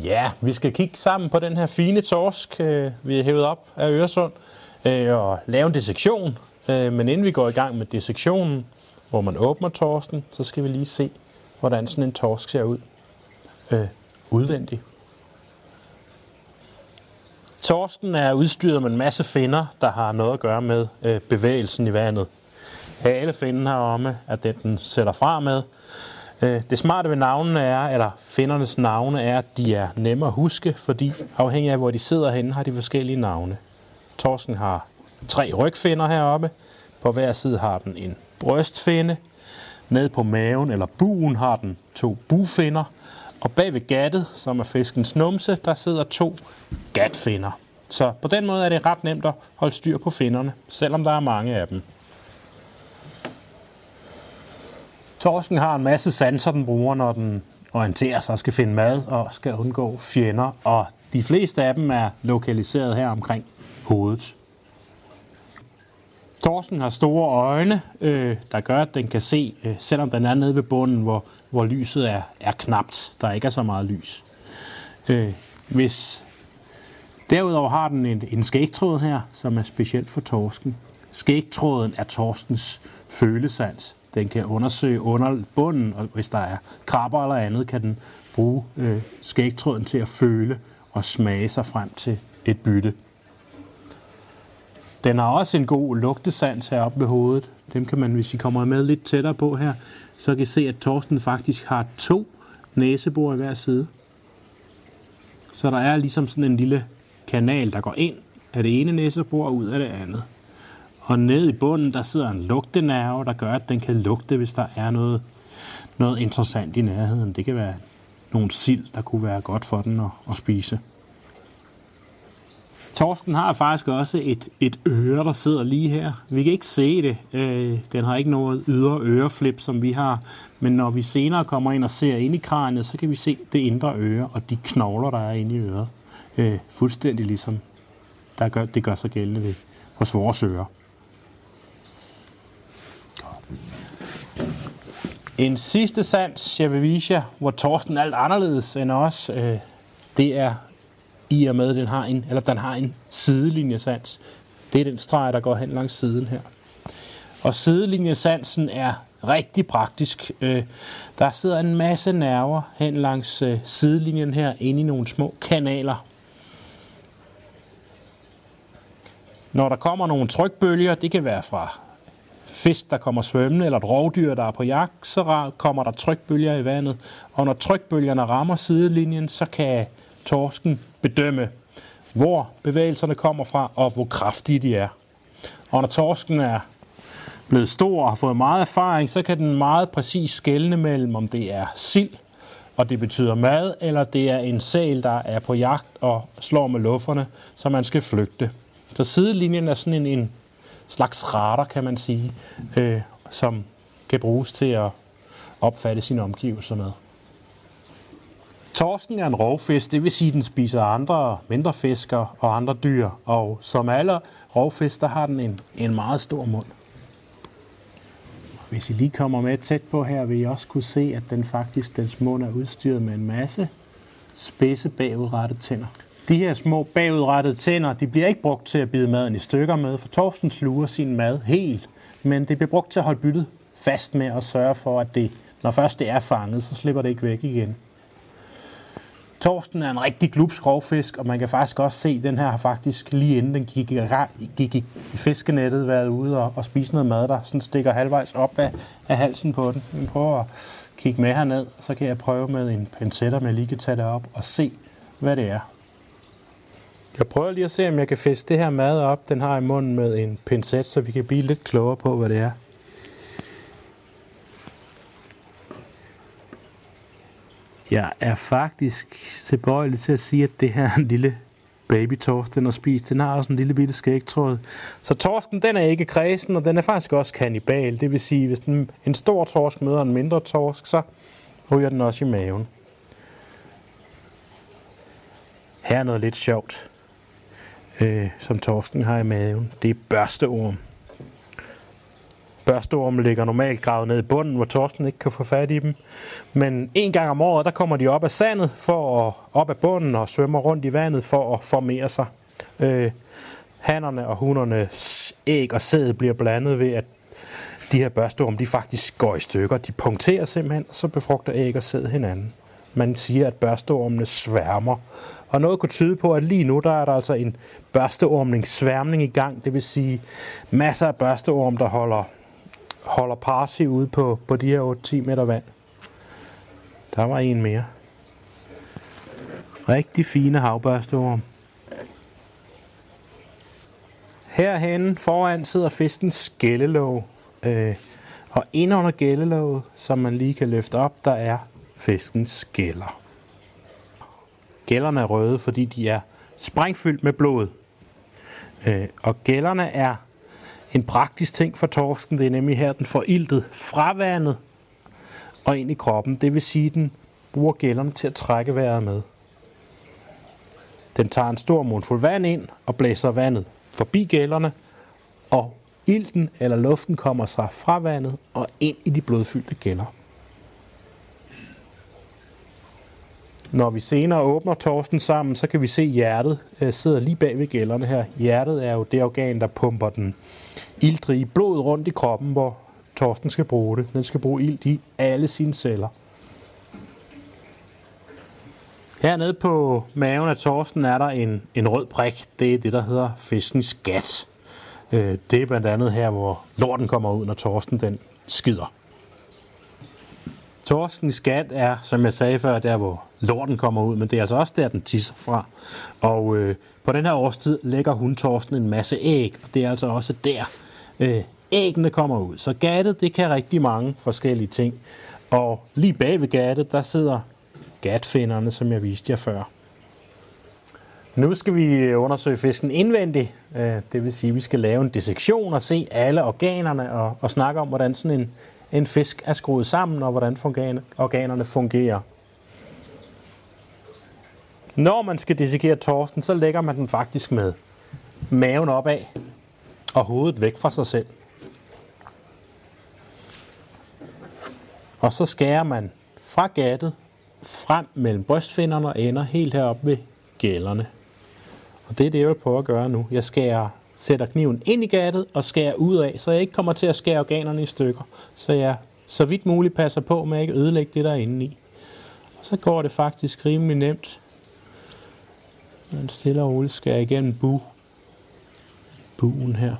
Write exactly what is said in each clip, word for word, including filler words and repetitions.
Ja, vi skal kigge sammen på den her fine torsk, øh, vi har hævet op af Øresund, øh, og lave en dissektion. Øh, men inden vi går i gang med dissektionen, hvor man åbner torsken, så skal vi lige se, hvordan sådan en torsk ser ud øh, udvendigt. Torsken er udstyret med en masse finner, der har noget at gøre med øh, bevægelsen i vandet. Halefinnen heromme er den, den sætter fra med. Øh, det smarte ved navnene er, eller finnernes navne er, at de er nemme at huske, fordi afhængig af hvor de sidder henne, har de forskellige navne. Torsken har tre rygfinner heroppe. På hver side har den en brystfinde. Nede på maven eller buen har den to bufinner. Og bag ved gattet, som er fiskens numse, der sidder to gatfinner. Så på den måde er det ret nemt at holde styr på finnerne, selvom der er mange af dem. Torsken har en masse sanser, den bruger, når den orienterer sig og skal finde mad og skal undgå fjender. Og de fleste af dem er lokaliseret her omkring hovedet. Torsken har store øjne, øh, der gør, at den kan se, øh, selvom den er nede ved bunden, hvor, hvor lyset er, er knapt. Der ikke er så meget lys. Øh, hvis Derudover har den en, en skægtråd her, som er specielt for torsken. Skægtråden er torskens følesans. Den kan undersøge under bunden, og hvis der er krabber eller andet, kan den bruge øh, skægtråden til at føle og smage sig frem til et bytte. Den har også en god lugtesans heroppe ved hovedet. Dem kan man, hvis I kommer med lidt tættere på her, så kan I se, at torsken faktisk har to næsebor i hver side. Så der er ligesom sådan en lille kanal, der går ind af det ene næsebor og ud af det andet. Og nede i bunden, der sidder en lugtenerve, der gør, at den kan lugte, hvis der er noget, noget interessant i nærheden. Det kan være nogle sild, der kunne være godt for den at, at spise. Torsken har faktisk også et, et øre, der sidder lige her. Vi kan ikke se det. Øh, den har ikke noget ydre øreflip, som vi har. Men når vi senere kommer ind og ser ind i kraniet, så kan vi se det indre øre og de knogler, der er inde i øret. Øh, fuldstændig ligesom der gør, det gør sig gældende ved, hos vores ører. En sidste sans, jeg vil vise jer, hvor torsken er alt anderledes end os, øh, det er i og med, at den har en, eller den har en sidelinjesans. Det er den streg, der går hen langs siden her. Og sidelinjesansen er rigtig praktisk. Øh, der sidder en masse nerver hen langs øh, sidelinjen her, inde i nogle små kanaler. Når der kommer nogle trykbølger, det kan være fra fisk, der kommer svømmende, eller et rovdyr, der er på jagt, så kommer der trykbølger i vandet. Og når trykbølgerne rammer sidelinjen, så kan torsken bedømme, hvor bevægelserne kommer fra, og hvor kraftige de er. Og når torsken er blevet stor og har fået meget erfaring, så kan den meget præcis skelne mellem, om det er sild, og det betyder mad, eller det er en sæl, der er på jagt og slår med lufferne, så man skal flygte. Så sidelinjen er sådan en, en slags radar, kan man sige, øh, som kan bruges til at opfatte sine omgivelser med. Torsken er en rovfisk, det vil sige, at den spiser andre mindre fisker og andre dyr, og som alle rovfisk, der har den en, en meget stor mund. Hvis I lige kommer med tæt på her, vil I også kunne se, at den faktisk, dens mund er udstyret med en masse spidse bagudrettede tænder. De her små bagudrettede tænder, de bliver ikke brugt til at bide maden i stykker med, for torsken sluger sin mad helt, men det bliver brugt til at holde byttet fast med og sørge for, at det, når først det er fanget, så slipper det ikke væk igen. Torsken er en rigtig glupsk rovfisk, og man kan faktisk også se, at den her har faktisk lige inden den gik i, gik i fiskenettet været ude og, og spise noget mad, der sådan stikker halvvejs op af, af halsen på den. Vi prøver at kigge med herned, så kan jeg prøve med en pincet, om jeg lige kan tage det op og se, hvad det er. Jeg prøver lige at se, om jeg kan fiske det her mad op. Den har i munden med en pincet, så vi kan blive lidt klogere på, hvad det er. Jeg er faktisk tilbøjelig til at sige, at det her er en lille babytorsk, den har spist. Den har også en lille bitte skægtråd. Så torsken, den er ikke kredsen, og den er faktisk også kannibal. Det vil sige, hvis den, en stor torsk møder en mindre torsk, så ryger den også i maven. Her er noget lidt sjovt, øh, som torsken har i maven. Det er børsteorm. Børsteorme ligger normalt gravet ned i bunden, hvor Torsten ikke kan få fat i dem. Men en gang om året, der kommer de op af sandet, for at, op af bunden og svømmer rundt i vandet for at formere sig. Øh, hannerne og hunnernes æg og sæd bliver blandet ved, at de her børsteorme, de faktisk går i stykker. De punkterer simpelthen, og så befrugter æg og sæd hinanden. Man siger, at børsteormene sværmer. Og noget kunne tyde på, at lige nu der er der altså en børsteormningssværmning i gang. Det vil sige masser af børsteorm, der holder, holder parsi ude på, på de her otte til ti meter vand. Der var en mere. Rigtig fine havbørsteorm. Herhenne foran sidder fiskens gællelåg. Øh, og inde under gællelåget, som man lige kan løfte op, der er fiskens gæller. Gællerne er røde, fordi de er sprængfyldt med blod. Øh, og gællerne er en praktisk ting for torsken. Det er nemlig her, den får iltet fra vandet og ind i kroppen. Det vil sige, at den bruger gællerne til at trække vejret med. Den tager en stor mundfuld vand ind og blæser vandet forbi gællerne, og ilten eller luften kommer sig fra vandet og ind i de blodfyldte gælder. Når vi senere åbner torsken sammen, så kan vi se, at hjertet øh, sidder lige bag ved gællerne her. Hjertet er jo det organ, der pumper den iltrige blod rundt i kroppen, hvor torsken skal bruge det. Den skal bruge ilt i alle sine celler. Hernede på maven af torsken er der en, en rød prik. Det er det, der hedder fiskens gat. Øh, det er blandt andet her, hvor lorten kommer ud, når torsken den skider. Torskens gat er, som jeg sagde før, der hvor lorten kommer ud, men det er altså også der, den tisser fra. Og øh, på den her årstid lægger hundtorsken en masse æg, og det er altså også der, øh, æggene kommer ud. Så gattet, det kan rigtig mange forskellige ting. Og lige bag ved gattet, der sidder gatfinnerne, som jeg viste jer før. Nu skal vi undersøge fisken indvendigt. Det vil sige, at vi skal lave en dissektion og se alle organerne og, og snakke om, hvordan sådan en, en fisk er skruet sammen, og hvordan fungerer, organerne fungerer. Når man skal dissekere torsken, så lægger man den faktisk med maven opad og hovedet væk fra sig selv. Og så skærer man fra gattet frem mellem brystfinnerne og ender helt heroppe ved gællerne. Og det er det, jeg vil prøve at gøre nu. Jeg skærer, sætter kniven ind i gattet og skærer ud af, så jeg ikke kommer til at skære organerne i stykker. Så jeg så vidt muligt passer på med at ikke ødelægge det, der er inde i. Og så går det faktisk rimelig nemt. Man stille og roligt skærer igennem bu. buen her.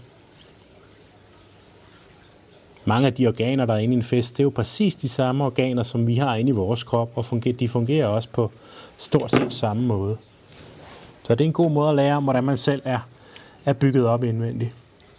Mange af de organer, der er inde i en fisk, det er jo præcis de samme organer, som vi har inde i vores krop, og de fungerer også på stort set samme måde. Så det er en god måde at lære om, hvordan man selv er, er bygget op indvendigt.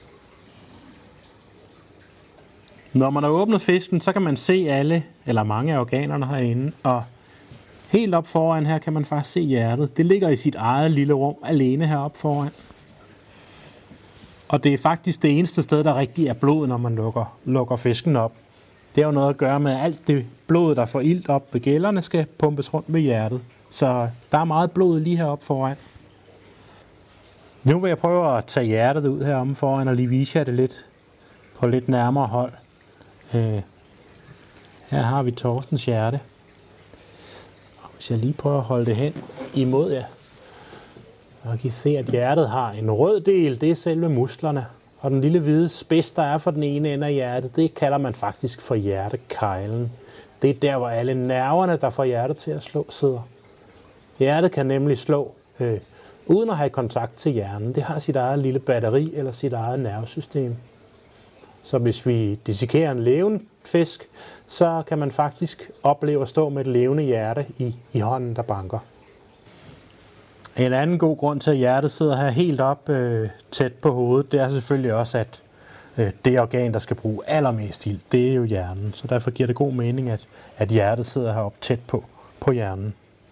Når man har åbnet fisken, så kan man se alle, eller mange af organerne herinde, og helt op foran her kan man faktisk se hjertet. Det ligger i sit eget lille rum, alene heroppe foran. Og det er faktisk det eneste sted, der rigtig er blod, når man lukker, lukker fisken op. Det har jo noget at gøre med, at alt det blod, der får ilt op ved gællerne, skal pumpes rundt ved hjertet. Så der er meget blod lige heroppe foran. Nu vil jeg prøve at tage hjertet ud heromme foran og lige vise jer det lidt på lidt nærmere hold. Øh, her har vi torskens hjerte. Og hvis jeg lige prøver at holde det hen imod jer, så kan I se, at hjertet har en rød del, det er selve musklerne. Og den lille hvide spids, der er for den ene ende af hjertet, det kalder man faktisk for hjertekeglen. Det er der, hvor alle nerverne, der får hjertet til at slå, sidder. Hjertet kan nemlig slå øh, uden at have kontakt til hjernen. Det har sit eget lille batteri eller sit eget nervesystem. Så hvis vi dissekerer en levende fisk, så kan man faktisk opleve at stå med et levende hjerte i, i hånden, der banker. En anden god grund til, at hjertet sidder her helt op øh, tæt på hovedet, det er selvfølgelig også, at øh, det organ, der skal bruge allermest ild, det er jo hjernen. Så derfor giver det god mening, at, at hjertet sidder heroppe tæt på, på hjernen.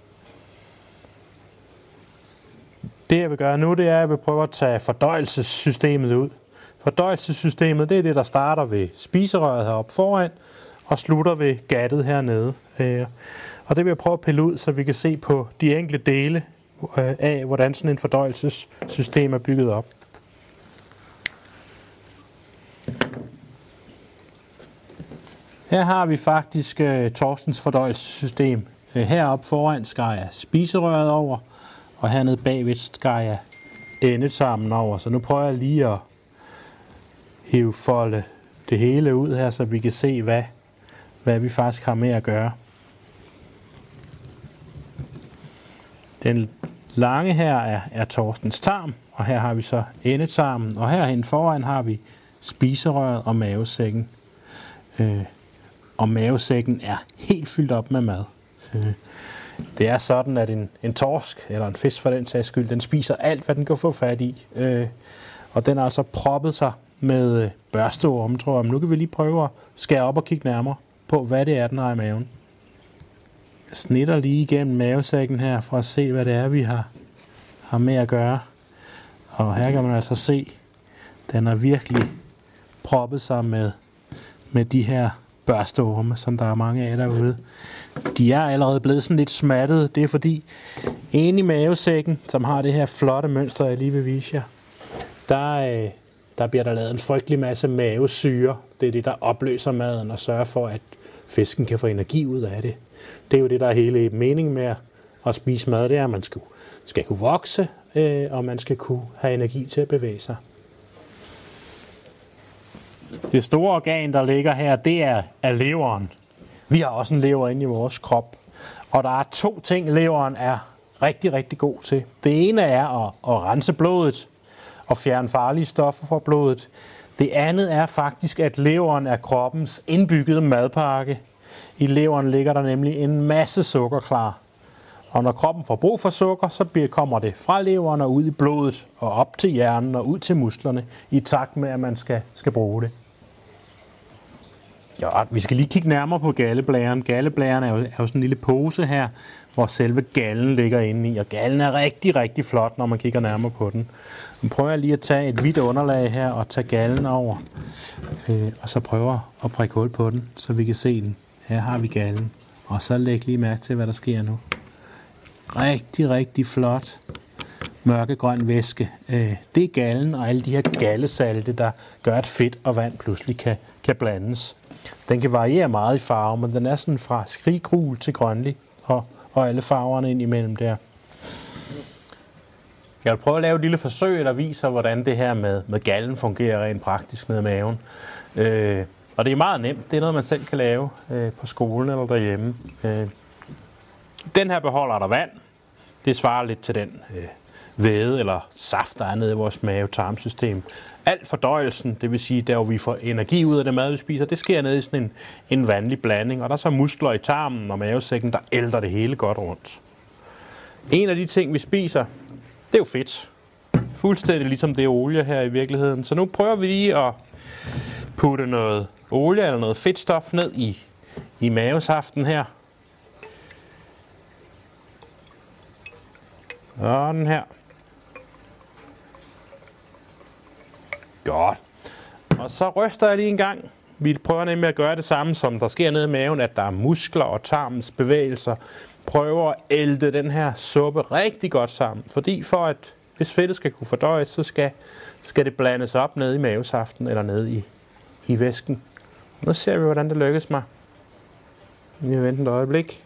Det jeg vil gøre nu, det er, at jeg vil prøve at tage fordøjelsessystemet ud. Fordøjelsessystemet, det er det, der starter ved spiserøret heroppe foran og slutter ved gattet hernede. Og det vil jeg prøve at pille ud, så vi kan se på de enkelte dele af, hvordan sådan en fordøjelsessystem er bygget op. Her har vi faktisk uh, Torstens fordøjelsessystem. Uh, heroppe foran skar jeg spiserøret over, og hernede bagved skar jeg endetarmen over. Så nu prøver jeg lige at hive folde det hele ud her, så vi kan se, hvad, hvad vi faktisk har med at gøre. Den lange her er, er Torstens tarm, og her har vi så endetarmen, og herhen foran har vi spiserøret og mavesækken. Øh, og mavesækken er helt fyldt op med mad. Øh, det er sådan, at en, en torsk, eller en fisk for den sags skyld, den spiser alt, hvad den kan få fat i. Øh, og den har altså proppet sig med øh, børsteorme, tror jeg. Men nu kan vi lige prøve at skære op og kigge nærmere på, hvad det er, den har i maven. Jeg snitter lige igennem mavesækken her, for at se, hvad det er, vi har, har med at gøre. Og her kan man altså se, den har virkelig proppet sig med, med de her børsteorme, som der er mange af derude. De er allerede blevet sådan lidt smattede. Det er fordi, inde i mavesækken, som har det her flotte mønster, jeg lige vil vise jer, der, der bliver der lavet en frygtelig masse mavesyre. Det er det, der opløser maden og sørger for, at fisken kan få energi ud af det. Det er jo det, der er hele meningen med at spise mad, det er, at man skal, skal kunne vokse, øh, og man skal kunne have energi til at bevæge sig. Det store organ, der ligger her, det er, er leveren. Vi har også en lever inde i vores krop. Og der er to ting, leveren er rigtig, rigtig god til. Det ene er at, at rense blodet og fjerne farlige stoffer fra blodet. Det andet er faktisk, at leveren er kroppens indbyggede madpakke. I leveren ligger der nemlig en masse sukker klar. Og når kroppen får brug for sukker, så kommer det fra leveren og ud i blodet og op til hjernen og ud til musklerne, i takt med, at man skal, skal bruge det. Ja, vi skal lige kigge nærmere på galleblæren. Galleblæren er jo, er jo sådan en lille pose her, hvor selve gallen ligger inde i. Og gallen er rigtig, rigtig flot, når man kigger nærmere på den. Nu prøver jeg lige at tage et hvidt underlag her og tage gallen over. Øh, og så prøver at prikke hul på den, så vi kan se den. Her har vi gallen. Og så læg lige mærke til, hvad der sker nu. Rigtig, rigtig flot mørkegrøn væske. Øh, det er gallen og alle de her gallesalte, der gør, at fedt og vand pludselig kan, kan blandes. Den kan variere meget i farve, men den er sådan fra skriggul til grønlig, og, og alle farverne ind imellem der. Jeg vil prøve at lave et lille forsøg, der viser, hvordan det her med, med gallen fungerer rent praktisk med maven. Øh, og det er meget nemt. Det er noget, man selv kan lave øh, på skolen eller derhjemme. Øh, den her beholder der vand. Det svarer lidt til den øh, væde eller saft, der er nede i vores mave-tarmsystem. Alt fordøjelsen, det vil sige, der hvor vi får energi ud af det mad, vi spiser, det sker nede i sådan en, en vandlig blanding. Og der er så muskler i tarmen og mavesækken, der ælter det hele godt rundt. En af de ting, vi spiser, det er jo fedt. Fuldstændig ligesom det er olie her i virkeligheden. Så nu prøver vi lige at putte noget olie eller noget fedtstof ned i, i mavesaften her. Sådan her. Godt. Og så ryster jeg lige en gang. Vi prøver nemlig at gøre det samme, som der sker nede i maven, at der er muskler og tarmens bevægelser. Prøver at ælte den her suppe rigtig godt sammen. Fordi for at, hvis fedtet skal kunne fordøjes, så skal, skal det blandes op nede i mavesaften eller nede i, i væsken. Nu ser vi, hvordan det lykkes mig. Jeg venter et øjeblik.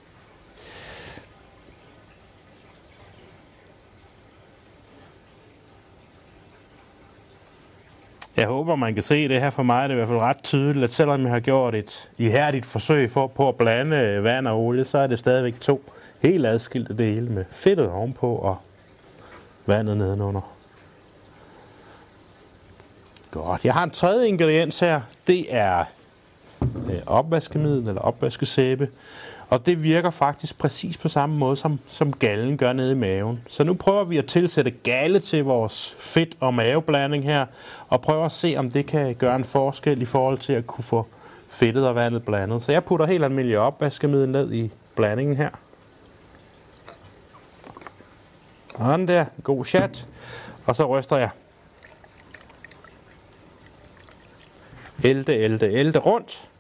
Jeg håber, man kan se det her. For mig er det i hvert fald ret tydeligt, at selvom jeg har gjort et ihærdigt forsøg for, på at blande vand og olie, så er det stadigvæk to helt adskilte dele med fedtet ovenpå og vandet nedenunder. Godt. Jeg har en tredje ingrediens her. Det er opvaskemiddel eller opvaskesæbe. Og det virker faktisk præcis på samme måde, som, som gallen gør nede i maven. Så nu prøver vi at tilsætte galle til vores fedt- og maveblanding her, og prøver at se, om det kan gøre en forskel i forhold til at kunne få fedtet og vandet blandet. Så jeg putter helt almindelig opvaskemiddel ned i blandingen her. Sådan der. God chat. Og så ryster jeg. Ælte, ælte, ælte rundt.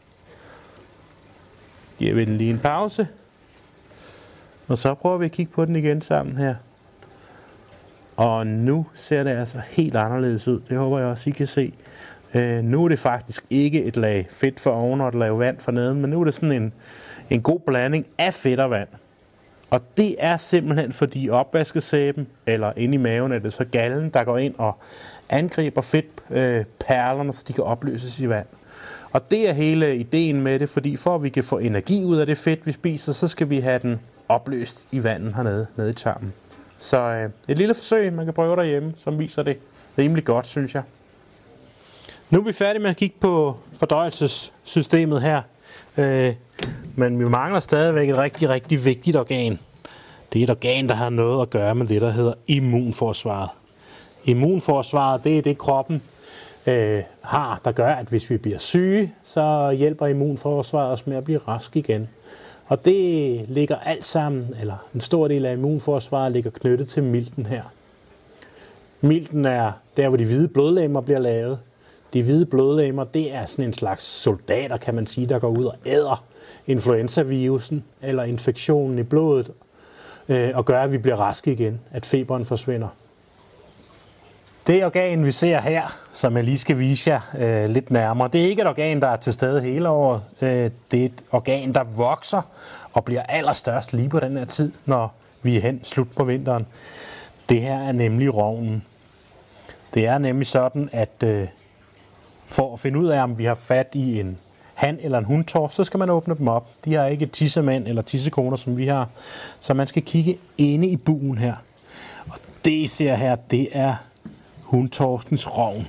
Giver vi den lige en pause. Og så prøver vi at kigge på den igen sammen her. Og nu ser det altså helt anderledes ud. Det håber jeg også, I kan se. Øh, nu er det faktisk ikke et lag fedt for oven og et lag vand for neden, men nu er det sådan en, en god blanding af fedt og vand. Og det er simpelthen fordi opvaskesæben, eller inde i maven er det så gallen, der går ind og angriber fedtperlerne, så de kan opløses i vand. Og det er hele ideen med det, fordi for at vi kan få energi ud af det fedt, vi spiser, så skal vi have den opløst i vandet hernede nede i tarmen. Så øh, et lille forsøg, man kan prøve derhjemme, som viser det rimelig godt, synes jeg. Nu er vi færdige med at kigge på fordøjelsessystemet her. Øh, men vi mangler stadigvæk et rigtig, rigtig vigtigt organ. Det er et organ, der har noget at gøre med det, der hedder immunforsvaret. Immunforsvaret, det er det, kroppen øh, har, der gør, at hvis vi bliver syge, så hjælper immunforsvaret os med at blive rask igen. Og det ligger alt sammen, eller en stor del af immunforsvaret ligger knyttet til milten her. Milten er der, hvor de hvide blodlegemer bliver lavet. De hvide blodlegemer, det er sådan en slags soldater, kan man sige, der går ud og æder influenzavirusen eller infektionen i blodet øh, og gør, at vi bliver raske igen, at feberen forsvinder. Det organ, vi ser her, som jeg lige skal vise jer øh, lidt nærmere, det er ikke et organ, der er til stede hele året. Øh, det er et organ, der vokser og bliver allerstørst lige på den her tid, når vi er hen slut på vinteren. Det her er nemlig rognen. Det er nemlig sådan, at øh, for at finde ud af, om vi har fat i en han eller en hundtorsk, så skal man åbne dem op. De har ikke tissemænd eller tissekoner, som vi har. Så man skal kigge inde i buen her. Og det, I ser her, det er hundtorskens rogn.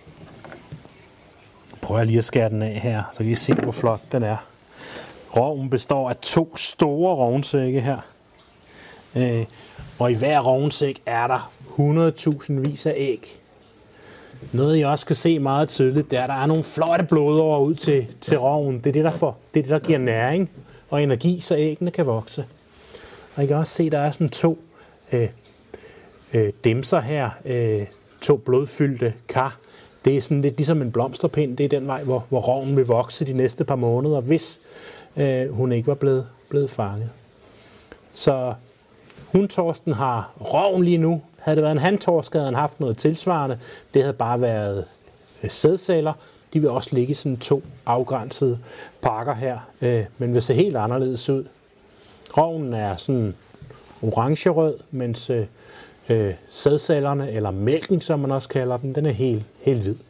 Prøv lige at skære den af her, så kan I se, hvor flot den er. Rognen består af to store rognsække her. Øh, og i hver rognsæk er der hundrede tusind vis af æg. Noget, I også kan se meget tydeligt, det er, at der er nogle flotte blodårer ud til, til rognen. Det er det, der får, det er det, der giver næring og energi, så æggene kan vokse. Og I kan også se, at der er sådan to øh, øh, dimser her, øh, to blodfyldte kar. Det er sådan lidt ligesom en blomsterpind. Det er den vej, hvor, hvor rognen vil vokse de næste par måneder, hvis øh, hun ikke var blevet, blevet fanget. Så hundtorsken har rogn lige nu. Havde det været en handtorsk, havde han haft noget tilsvarende. Det havde bare været øh, sædceller. De vil også ligge i sådan to afgrænsede pakker her, øh, men vil se helt anderledes ud. Rognen er sådan orange-rød, mens øh, øh, sædcellerne, eller mælken, som man også kalder den, den er helt, helt hvid.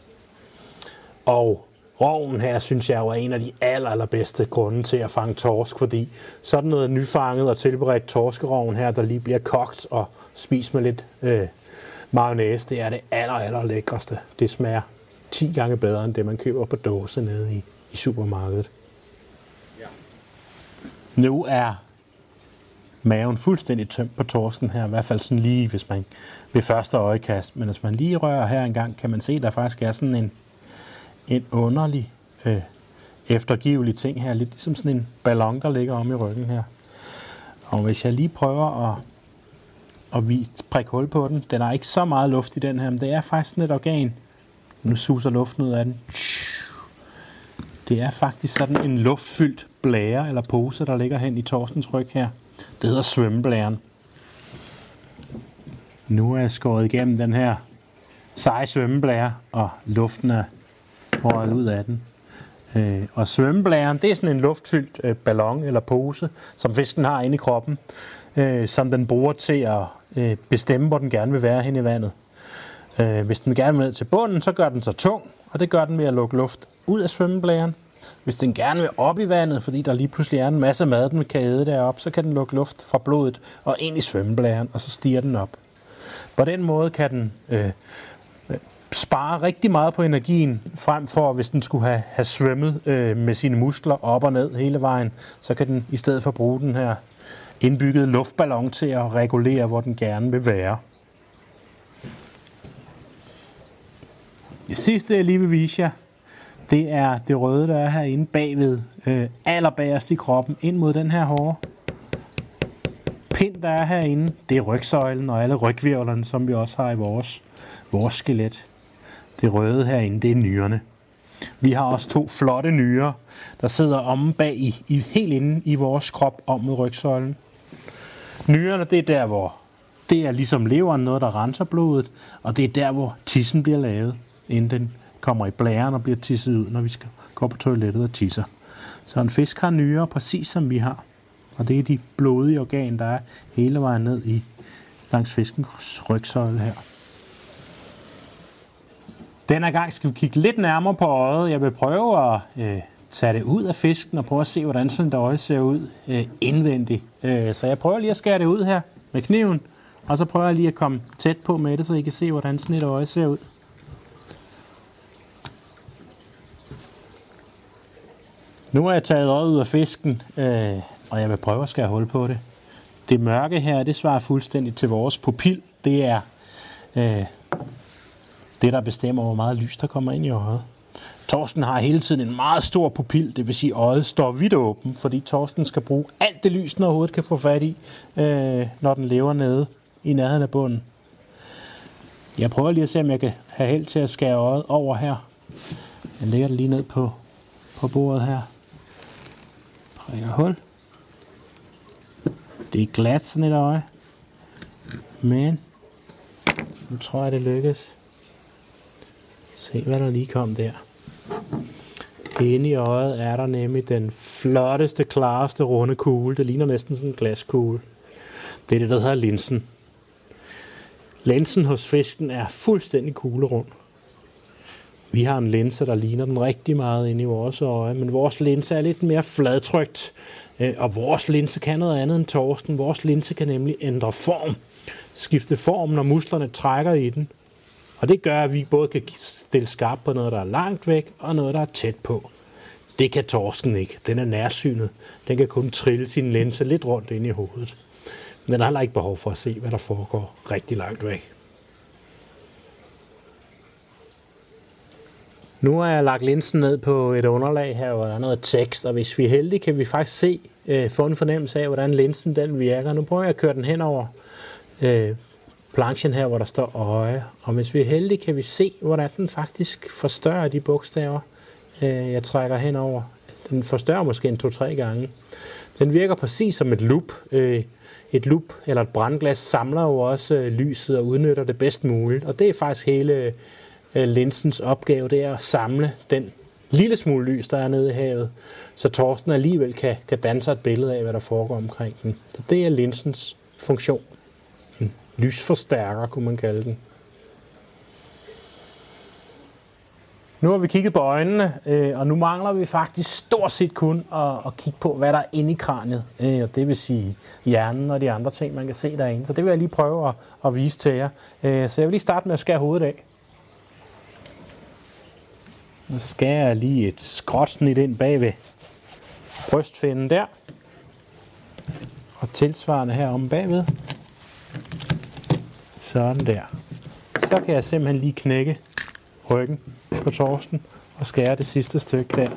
Og rognen her, synes jeg jo er en af de aller, allerbedste grunde til at fange torsk, fordi sådan noget nyfanget og tilberedt torskerogn her, der lige bliver kogt og spist med lidt øh, mayonnaise, det er det aller, aller lækreste. Det smager ti gange bedre end det, man køber på dåse nede i, i supermarkedet. Ja. Nu er maven fuldstændig tømt på torsken her, i hvert fald sådan lige, hvis man ved første øjekast. Men hvis man lige rører her en gang, kan man se, at der faktisk er sådan en, en underlig, øh, eftergivelig ting her. Lidt ligesom sådan en ballon, der ligger om i ryggen her. Og hvis jeg lige prøver at, at vise, prikke hul på den, den er ikke så meget luft i den her, men det er faktisk sådan et organ. Nu suser luften ud af den. Det er faktisk sådan en luftfyldt blære eller pose, der ligger hen i torskens ryg her. Det hedder svømmeblæren. Nu er jeg skåret igennem den her seje svømmeblære, og luften er røget ud af den. Øh, og svømmeblæren, det er sådan en luftfyldt øh, ballon eller pose, som fisken har inde i kroppen, øh, som den bruger til at øh, bestemme, hvor den gerne vil være hen i vandet. Øh, hvis den gerne vil ned til bunden, så gør den sig tung, og det gør den ved at lukke luft ud af svømmeblæren. Hvis den gerne vil op i vandet, fordi der lige pludselig er en masse mad, den kan æde deroppe, så kan den lukke luft fra blodet og ind i svømmeblæren, og så stiger den op. På den måde kan den øh, spare rigtig meget på energien, frem for hvis den skulle have, have svømmet øh, med sine muskler op og ned hele vejen, så kan den i stedet for bruge den her indbyggede luftballon til at regulere, hvor den gerne vil være. Det sidste, jeg lige vil vise jer, det er det røde, der er herinde bagved, øh, allerbagerst i kroppen, ind mod den her hårde pind, der er herinde. Det er rygsøjlen og alle rygvirvlerne, som vi også har i vores, vores skelet. Det røde herinde, det er nyrerne. Vi har også to flotte nyrer, der sidder omme bag i, i helt inde i vores krop om mod rygsøjlen. Nyrerne, det er der, hvor det er ligesom leveren, noget, der renser blodet, og det er der, hvor tissen bliver lavet, inden den kommer i blæren og bliver tisset ud, når vi skal gå på toilettet og tisser. Så en fisk har nyrer, præcis som vi har. Og det er de blodige organer, der er hele vejen ned i langs fiskens rygsøjle her. Denne gang skal vi kigge lidt nærmere på øjet. Jeg vil prøve at øh, tage det ud af fisken og prøve at se, hvordan sådan et øje ser ud øh, indvendigt. Øh, så jeg prøver lige at skære det ud her med kniven, og så prøver jeg lige at komme tæt på med det, så I kan se, hvordan sådan et øje ser ud. Nu har jeg taget øjet ud af fisken, øh, og jeg vil prøve at skære hul på det. Det mørke her, det svarer fuldstændig til vores pupil. Det er øh, det, der bestemmer, hvor meget lys der kommer ind i øjet. Torsten har hele tiden en meget stor pupil, det vil sige, at øjet står vidt åben, fordi Torsten skal bruge alt det lys, den overhovedet kan få fat i, øh, når den lever nede i nærheden af bunden. Jeg prøver lige at se, om jeg kan have held til at skære øjet over her. Jeg lægger det lige ned på, på bordet her. Prikker hul. Det er glat sådan et øje, men nu tror jeg, det lykkes. Se, hvad der lige kom der. Inde i øjet er der nemlig den flotteste, klareste runde kugle. Det ligner næsten sådan en glaskugle. Det er det, der hedder linsen. Linsen hos fisken er fuldstændig kuglerund. Vi har en linse, der ligner den rigtig meget inde i vores øje, men vores linse er lidt mere fladtrykt, og vores linse kan noget andet end Torsten. Vores linse kan nemlig ændre form, skifte form, når musklerne trækker i den. Og det gør, at vi både kan stille skarpt på noget, der er langt væk, og noget, der er tæt på. Det kan Torsten ikke. Den er nærsynet. Den kan kun trille sin linse lidt rundt ind i hovedet. Men den har heller ikke behov for at se, hvad der foregår rigtig langt væk. Nu har jeg lagt linsen ned på et underlag her, hvor der er noget tekst, og hvis vi er heldige, kan vi faktisk se, øh, få en fornemmelse af, hvordan linsen den virker. Nu prøver jeg at køre den hen over øh, planchen her, hvor der står øje, og hvis vi er heldige, kan vi se, hvordan den faktisk forstørrer de bogstaver, øh, jeg trækker henover. Den forstørrer måske en to-tre gange. Den virker præcis som et lup. Øh, et lup eller et brandglas samler jo også øh, lyset og udnytter det bedst muligt, og det er faktisk hele linsens opgave, det er at samle den lille smule lys, der er nede i havet, så Torsten alligevel kan, kan danne sig et billede af, hvad der foregår omkring den. Så det er linsens funktion. En lysforstærker, kunne man kalde den. Nu har vi kigget på øjnene, og nu mangler vi faktisk stort set kun at, at kigge på, hvad der er inde i kraniet. Og det vil sige hjernen og de andre ting, man kan se derinde. Så det vil jeg lige prøve at, at vise til jer. Så jeg vil lige starte med at skære hovedet af. Så skærer jeg lige et skråtsnit ind bagved brystfinden der. Og tilsvarende her om bagved. Sådan der. Så kan jeg simpelthen lige knække ryggen på Torsten og skære det sidste stykke der.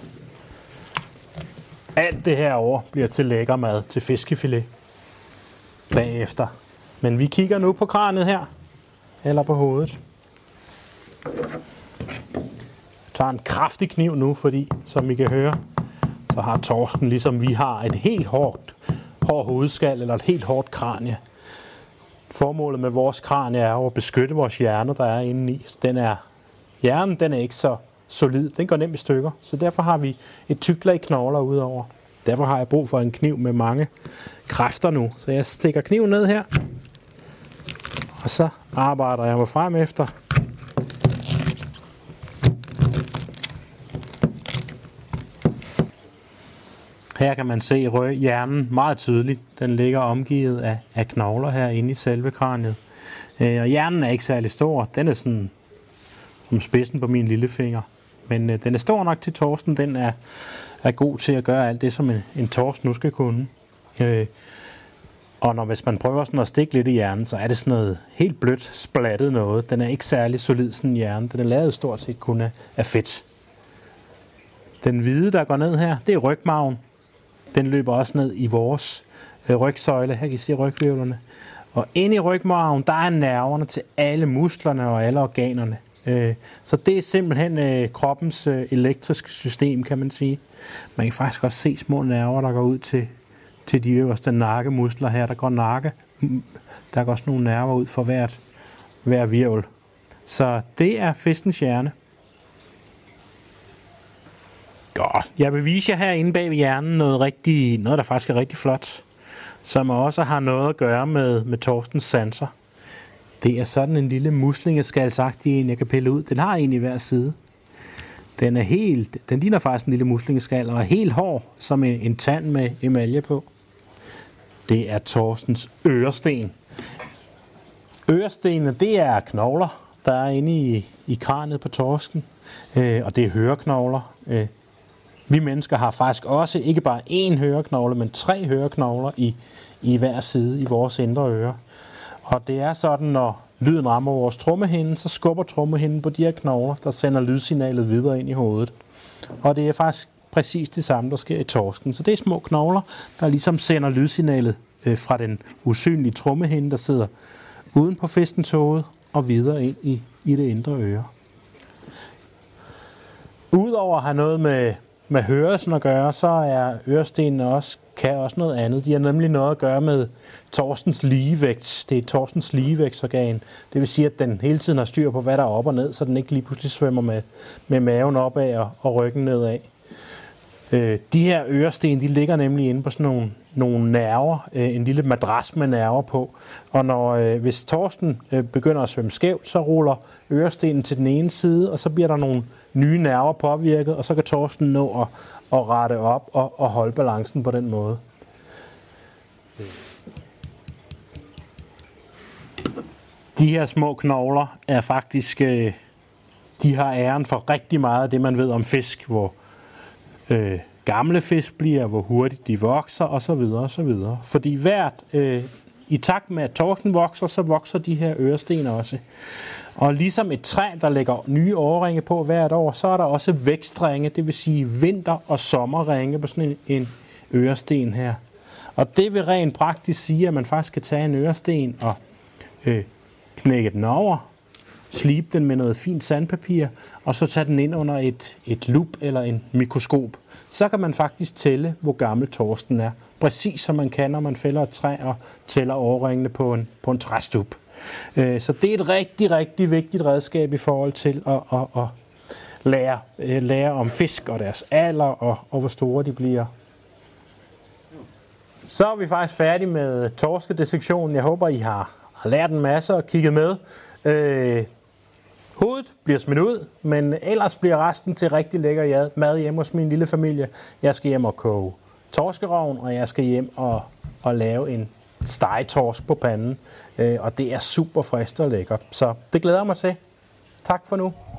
Alt det her over bliver til lækker mad, til fiskefilet bagefter. Men vi kigger nu på kraniet her, eller på hovedet. Jeg tager en kraftig kniv nu, fordi, som I kan høre, så har Torsten, ligesom vi har, et helt hårdt, hård hovedskal, eller et helt hårdt kranie. Formålet med vores kranie er at beskytte vores hjerne, der er inde i. Den er, hjernen den er ikke så solid, den går nemt i stykker, så derfor har vi et tykt lag knogler udover. Derfor har jeg brug for en kniv med mange kræfter nu. Så jeg stikker kniven ned her, og så arbejder jeg mig frem efter. Her kan man se røg hjernen meget tydeligt. Den ligger omgivet af, af knogler herinde i selve kraniet. Øh, og hjernen er ikke særlig stor. Den er sådan som spidsen på min lillefinger. Men øh, den er stor nok til Torsten. Den er, er god til at gøre alt det, som en, en Torsten nu skal kunne. Øh, og når hvis man prøver sådan at stikke lidt i hjernen, så er det sådan noget helt blødt, splattet noget. Den er ikke særlig solid, sådan en hjerne. Den er lavet stort set kun af, af fedt. Den hvide, der går ned her, det er rygmarven. Den løber også ned i vores øh, rygsøjle. Her kan I se rygvirvlerne. Og inde i rygmarven, der er nerverne til alle musklerne og alle organerne. Øh, så det er simpelthen øh, kroppens øh, elektriske system, kan man sige. Man kan faktisk også se små nerver, der går ud til, til de øverste nakkemuskler her. Der går nakke. Der går også nogle nerver ud for hvert, hver virvel. Så det er fiskens hjerne. Godt. Jeg vil vise jer herinde bag ved hjernen noget, rigtig, noget der faktisk er rigtig flot, som også har noget at gøre med, med Torstens sanser. Det er sådan en lille muslingeskalsagtig en, jeg kan pille ud. Den har en i hver side. Den er helt, den ligner faktisk en lille muslingeskal og er helt hård, som en, en tand med emalje på. Det er Torstens øresten. Ørestenene, det er knogler, der er inde i, i kraniet på torsken, øh, og det er høreknogler. Øh, vi mennesker har faktisk også ikke bare én høreknogle, men tre høreknogler i, i hver side i vores indre øre. Og det er sådan, når lyden rammer vores trommehinde, så skubber trommehinden på de her knogler, der sender lydsignalet videre ind i hovedet. Og det er faktisk præcis det samme, der sker i torsken. Så det er små knogler, der ligesom sender lydsignalet øh, fra den usynlige trommehinde, der sidder uden på fiskens hoved og videre ind i, i det indre øre. Udover at have noget med, med hørelsen at gøre, så er ørestenene også, kan også noget andet. De har nemlig noget at gøre med Torstens ligevægt. Det er Torstens ligevægtsorgan. Det vil sige, at den hele tiden har styr på, hvad der er op og ned, så den ikke lige pludselig svømmer med, med maven opad og, og ryggen nedad. Øh, de her øresten, de ligger nemlig inde på sådan nogle, nogle nerver, øh, en lille madras med nerver på. Og når, øh, hvis Torsten øh, begynder at svømme skævt, så ruller ørestenen til den ene side, og så bliver der nogle nye nerver påvirket, og så kan Torsten nå at, at rette op og, og holde balancen på den måde. De her små knogler er faktisk, øh, de har æren for rigtig meget af det, man ved om fisk, hvor øh, gamle fisk bliver, hvor hurtigt de vokser osv. osv. Fordi hvert, øh, i takt med at torsken vokser, så vokser de her øresten også. Og ligesom et træ, der lægger nye årringe på hvert år, så er der også vækstringe, det vil sige vinter- og sommerringe på sådan en, en øresten her. Og det vil rent praktisk sige, at man faktisk kan tage en øresten og øh, knække den over, slibe den med noget fint sandpapir, og så tage den ind under et, et lup eller en mikroskop. Så kan man faktisk tælle, hvor gammel torsken er. Præcis som man kan, når man fælder et træ og tæller årringene på en, på en træstup. Så det er et rigtig, rigtig vigtigt redskab i forhold til at, at, at lære, lære om fisk og deres alder og, og hvor store de bliver. Så er vi faktisk færdige med torskedissektionen. Jeg håber, I har, har lært en masse og kigget med. Øh, hovedet bliver smidt ud, men ellers bliver resten til rigtig lækker mad hjemme hos min lille familie. Jeg skal hjem og koge torskerogn, og jeg skal hjem og, og lave en stegetorsk på panden. Øh, og det er super frisk og lækkert. Så det glæder jeg mig til. Tak for nu.